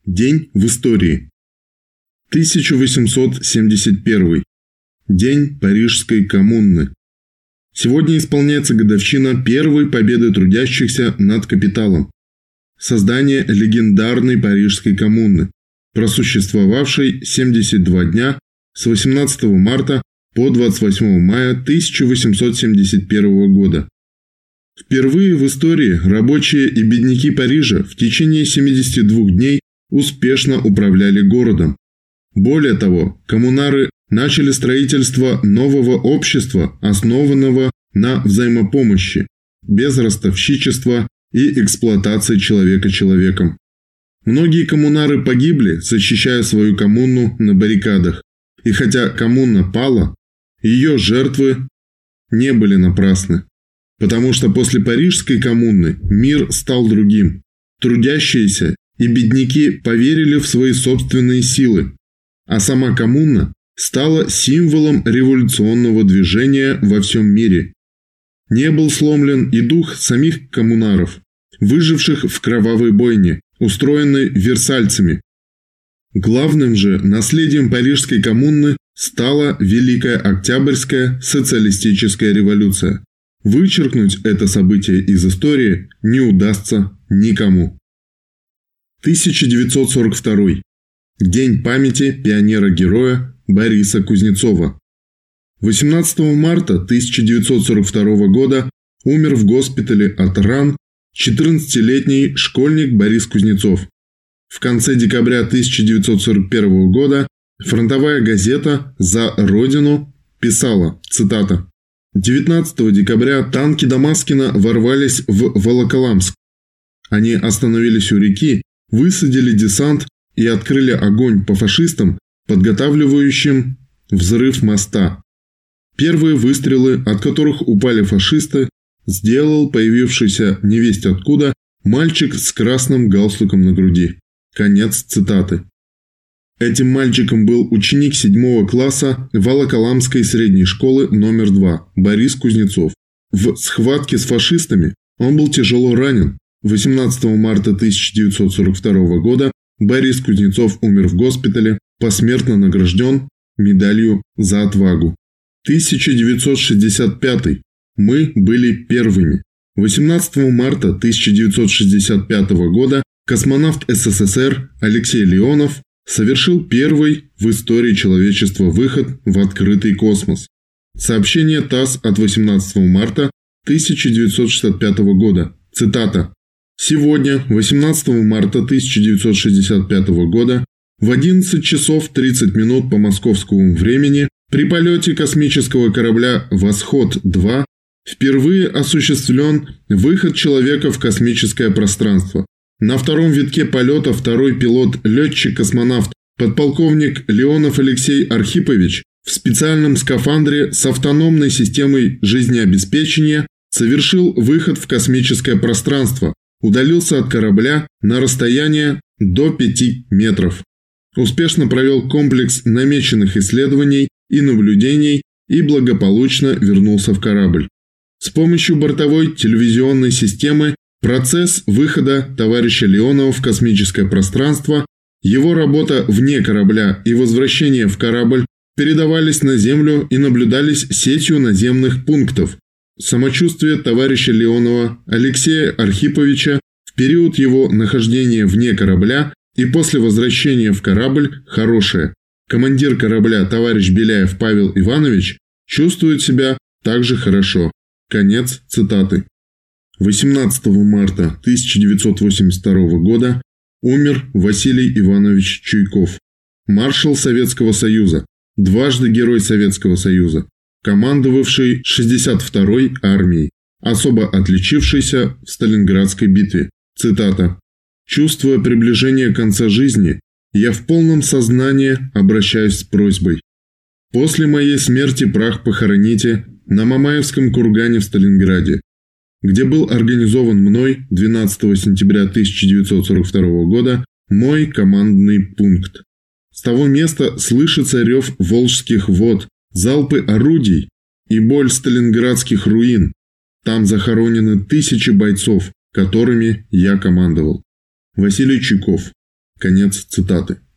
День в истории. 1871. День Парижской коммуны. Сегодня исполняется годовщина первой победы трудящихся над капиталом. Создание легендарной Парижской коммуны, просуществовавшей 72 дня с 18 марта по 28 мая 1871 года. Впервые в истории рабочие и бедняки Парижа в течение 72 дней успешно управляли городом. Более того, коммунары начали строительство нового общества, основанного на взаимопомощи, без ростовщичества и эксплуатации человека человеком. Многие коммунары погибли, защищая свою коммуну на баррикадах. И хотя коммуна пала, ее жертвы не были напрасны. Потому что после Парижской коммуны мир стал другим. Трудящиеся и бедняки поверили в свои собственные силы, а сама коммуна стала символом революционного движения во всем мире. Не был сломлен и дух самих коммунаров, выживших в кровавой бойне, устроенной версальцами. Главным же наследием Парижской коммуны стала Великая Октябрьская социалистическая революция. Вычеркнуть это событие из истории не удастся никому. 1942. День памяти пионера-героя Бориса Кузнецова. 18 марта 1942 года умер в госпитале от ран 14-летний школьник Борис Кузнецов. В конце декабря 1941 года фронтовая газета «За Родину» писала, цитата: 19 декабря танки Дамаскина ворвались в Волоколамск. Они остановились у реки, высадили десант и открыли огонь по фашистам, подготавливающим взрыв моста. Первые выстрелы, от которых упали фашисты, сделал появившийся невесть откуда мальчик с красным галстуком на груди. Конец цитаты. Этим мальчиком был ученик 7 класса Волоколамской средней школы номер 2 Борис Кузнецов. В схватке с фашистами он был тяжело ранен. 18 марта 1942 года Борис Кузнецов умер в госпитале, посмертно награжден медалью за отвагу. 1965. Мы были первыми. 18 марта 1965 года космонавт СССР Алексей Леонов совершил первый в истории человечества выход в открытый космос. Сообщение ТАСС от 18 марта 1965 года. Цитата. Сегодня, 18 марта 1965 года, в 11 часов 30 минут по московскому времени, при полете космического корабля «Восход-2» впервые осуществлен выход человека в космическое пространство. На втором витке полета второй пилот-летчик-космонавт подполковник Леонов Алексей Архипович в специальном скафандре с автономной системой жизнеобеспечения совершил выход в космическое пространство, удалился от корабля на расстояние до 5 метров. Успешно провел комплекс намеченных исследований и наблюдений и благополучно вернулся в корабль. С помощью бортовой телевизионной системы процесс выхода товарища Леонова в космическое пространство, его работа вне корабля и возвращение в корабль передавались на Землю и наблюдались сетью наземных пунктов. Самочувствие товарища Леонова Алексея Архиповича в период его нахождения вне корабля и после возвращения в корабль хорошее. Командир корабля товарищ Беляев Павел Иванович чувствует себя также хорошо. Конец цитаты. 18 марта 1982 года умер Василий Иванович Чуйков, маршал Советского Союза, дважды Герой Советского Союза, командовавший 62-й армией, особо отличившийся в Сталинградской битве. Цитата. «Чувствуя приближение конца жизни, я в полном сознании обращаюсь с просьбой. После моей смерти прах похороните на Мамаевском кургане в Сталинграде, где был организован мной 12 сентября 1942 года мой командный пункт. С того места слышится рев волжских вод, залпы орудий и боль сталинградских руин. Там захоронены тысячи бойцов, которыми я командовал. Василий Чуйков. Конец цитаты.